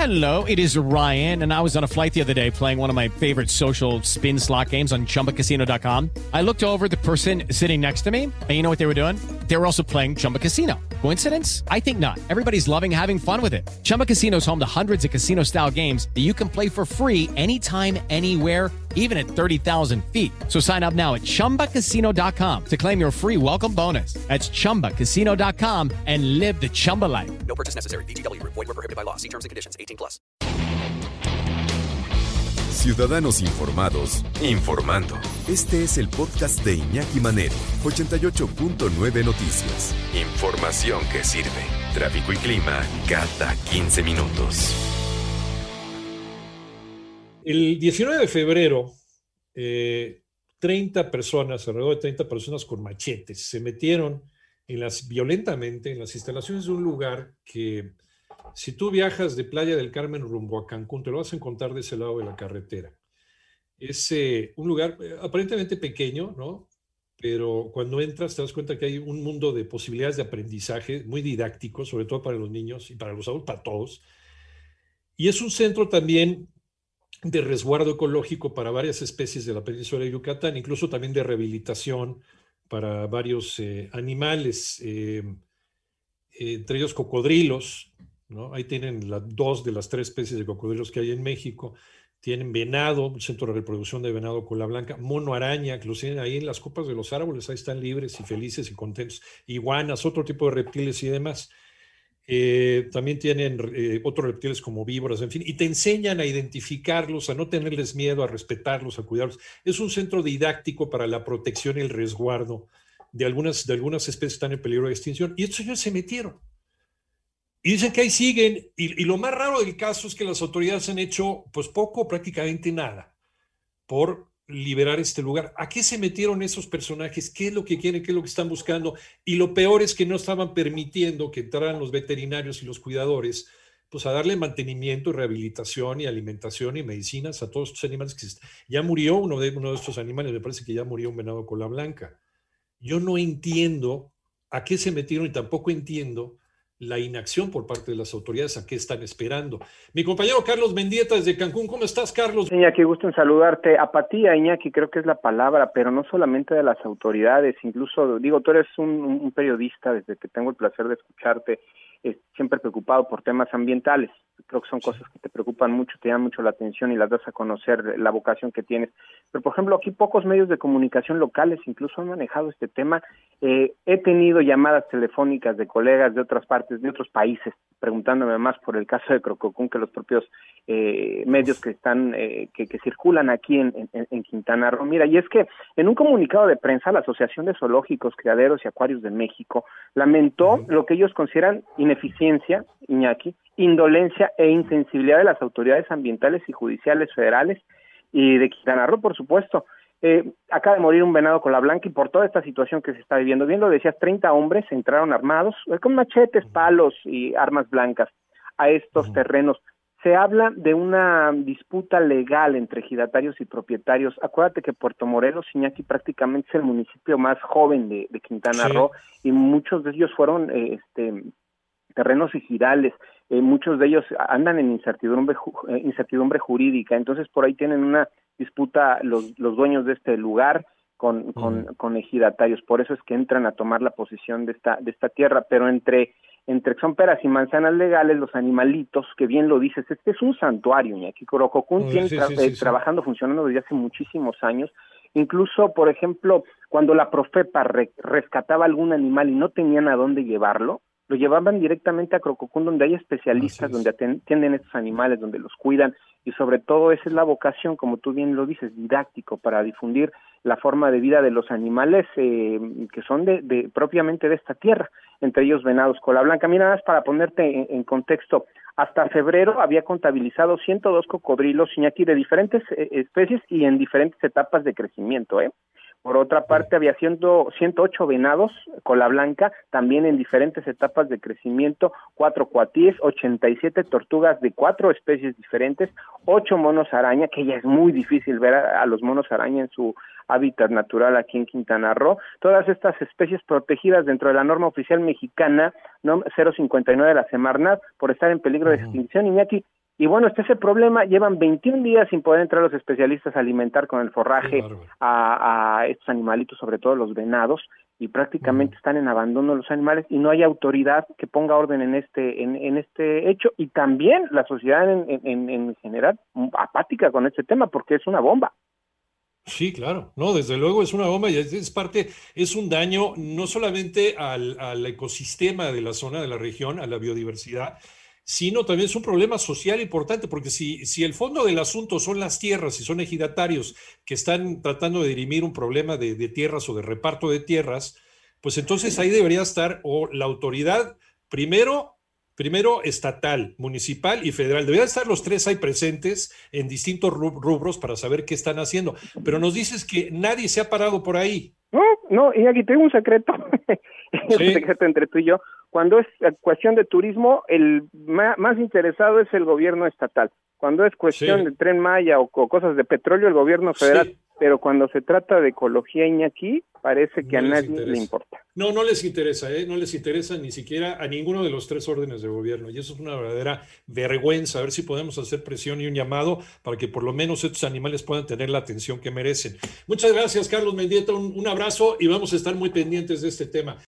Hello, it is Ryan, and I was on a flight the other day playing one of my favorite social spin slot games on ChumbaCasino.com. I looked over at the person sitting next to me, and you know what they were doing? They were also playing Chumba Casino. Coincidence? I think not. Everybody's loving having fun with it. Chumba Casino is home to hundreds of casino-style games that you can play for free anytime, anywhere, even at 30,000 feet. So sign up now at ChumbaCasino.com to claim your free welcome bonus. That's ChumbaCasino.com and live the Chumba life. No purchase necessary. VGW. Void where prohibited by law. See terms and conditions. 18+. Ciudadanos informados, informando. Este es el podcast de Iñaki Manero, 88.9 Noticias. Información que sirve. Tráfico y clima cada 15 minutos. El 19 de febrero, 30 personas, alrededor de 30 personas con machetes, se metieron violentamente en las instalaciones de un lugar que, si tú viajas de Playa del Carmen rumbo a Cancún, te lo vas a encontrar de ese lado de la carretera. Es un lugar aparentemente pequeño, ¿no? Pero cuando entras te das cuenta que hay un mundo de posibilidades de aprendizaje muy didáctico, sobre todo para los niños y para los adultos, para todos. Y es un centro también de resguardo ecológico para varias especies de la península de Yucatán, incluso también de rehabilitación para varios animales, entre ellos cocodrilos, ¿no? Ahí tienen 2 de las 3 especies de cocodrilos que hay en México. Tienen venado, un centro de reproducción de venado cola blanca, mono araña, que los tienen ahí en las copas de los árboles, ahí están libres y felices y contentos. Iguanas, otro tipo de reptiles y demás. También tienen otros reptiles como víboras, en fin, y te enseñan a identificarlos, a no tenerles miedo, a respetarlos, a cuidarlos. Es un centro didáctico para la protección y el resguardo de algunas especies que están en peligro de extinción. Y estos señores se metieron. Y dicen que ahí siguen, y lo más raro del caso es que las autoridades han hecho pues poco, prácticamente nada, por liberar este lugar. ¿A qué se metieron esos personajes? ¿Qué es lo que quieren? ¿Qué es lo que están buscando? Y lo peor es que no estaban permitiendo que entraran los veterinarios y los cuidadores pues a darle mantenimiento, rehabilitación y alimentación y medicinas a todos estos animales que ya murió uno de estos animales, me parece que ya murió un venado cola blanca. Yo no entiendo a qué se metieron y tampoco entiendo la inacción por parte de las autoridades, a qué están esperando. Mi compañero Carlos Mendieta desde Cancún. ¿Cómo estás, Carlos? Iñaki, gusto en saludarte. Apatía, Iñaki, creo que es la palabra, pero no solamente de las autoridades, incluso, digo, tú eres un periodista, desde que tengo el placer de escucharte, siempre preocupado por temas ambientales. Creo que son cosas que te preocupan mucho, te llaman mucho la atención y las das a conocer, la vocación que tienes. Pero, por ejemplo, aquí pocos medios de comunicación locales incluso han manejado este tema. He tenido llamadas telefónicas de colegas de otras partes, de otros países, preguntándome más por el caso de Crococún que los propios medios que están que circulan aquí en Quintana Roo. Mira, y es que en un comunicado de prensa, la Asociación de Zoológicos, Criaderos y Acuarios de México lamentó lo que ellos consideran ineficiencia, Iñaki, indolencia e insensibilidad de las autoridades ambientales y judiciales federales y de Quintana Roo, por supuesto. Acaba de morir un venado cola blanca y por toda esta situación que se está viviendo, bien lo decías, 30 hombres entraron armados con machetes, palos y armas blancas a estos terrenos. Se habla de una disputa legal entre ejidatarios y propietarios. Acuérdate que Puerto Morelos, Iñaki, prácticamente es el municipio más joven de Quintana Roo y muchos de ellos fueron terrenos ejidales. Muchos de ellos andan en incertidumbre jurídica, entonces por ahí tienen una disputa los dueños de este lugar con ejidatarios, por eso es que entran a tomar la posesión de esta tierra, pero entre son peras y manzanas legales, los animalitos, que bien lo dices, este es un santuario, y aquí Crococún tiene trabajando, funcionando desde hace muchísimos años. Incluso, por ejemplo, cuando la Profepa rescataba algún animal y no tenían a dónde llevarlo, lo llevaban directamente a Crococún, donde hay especialistas, donde atienden estos animales, donde los cuidan, y sobre todo esa es la vocación, como tú bien lo dices, didáctico, para difundir la forma de vida de los animales que son propiamente de esta tierra, entre ellos venados cola blanca. Mira, nada más para ponerte en contexto, hasta febrero había contabilizado 102 cocodrilos, Iñaki, de diferentes especies y en diferentes etapas de crecimiento, Por otra parte, había 108 venados cola blanca, también en diferentes etapas de crecimiento, 4 cuatíes, 87 tortugas de 4 especies diferentes, 8 monos araña, que ya es muy difícil ver a los monos araña en su hábitat natural aquí en Quintana Roo. Todas estas especies protegidas dentro de la norma oficial mexicana, ¿no? 059 de la Semarnat, por estar en peligro de extinción, Iñaki. Y bueno, está ese problema, llevan 21 días sin poder entrar los especialistas a alimentar con el forraje a estos animalitos, sobre todo los venados, y prácticamente están en abandono los animales y no hay autoridad que ponga orden en este hecho, y también la sociedad en general apática con este tema porque es una bomba. Sí, claro, no, desde luego es una bomba y es un daño no solamente al ecosistema de la zona, de la región, a la biodiversidad, sino también es un problema social importante, porque si el fondo del asunto son las tierras y son ejidatarios que están tratando de dirimir un problema de tierras o de reparto de tierras, pues entonces ahí debería estar o la autoridad primero estatal, municipal y federal. Deberían estar los tres ahí presentes en distintos rubros para saber qué están haciendo. Pero nos dices que nadie se ha parado por ahí. No, y aquí tengo un secreto, un secreto entre tú y yo. Cuando es cuestión de turismo, el más interesado es el gobierno estatal. Cuando es cuestión de Tren Maya o cosas de petróleo, el gobierno federal. Sí. Pero cuando se trata de ecología, Iñaki, parece que a nadie le importa. No, no les interesa, no les interesa ni siquiera a ninguno de los tres órdenes de gobierno. Y eso es una verdadera vergüenza. A ver si podemos hacer presión y un llamado para que por lo menos estos animales puedan tener la atención que merecen. Muchas gracias, Carlos Mendieta. Un abrazo y vamos a estar muy pendientes de este tema.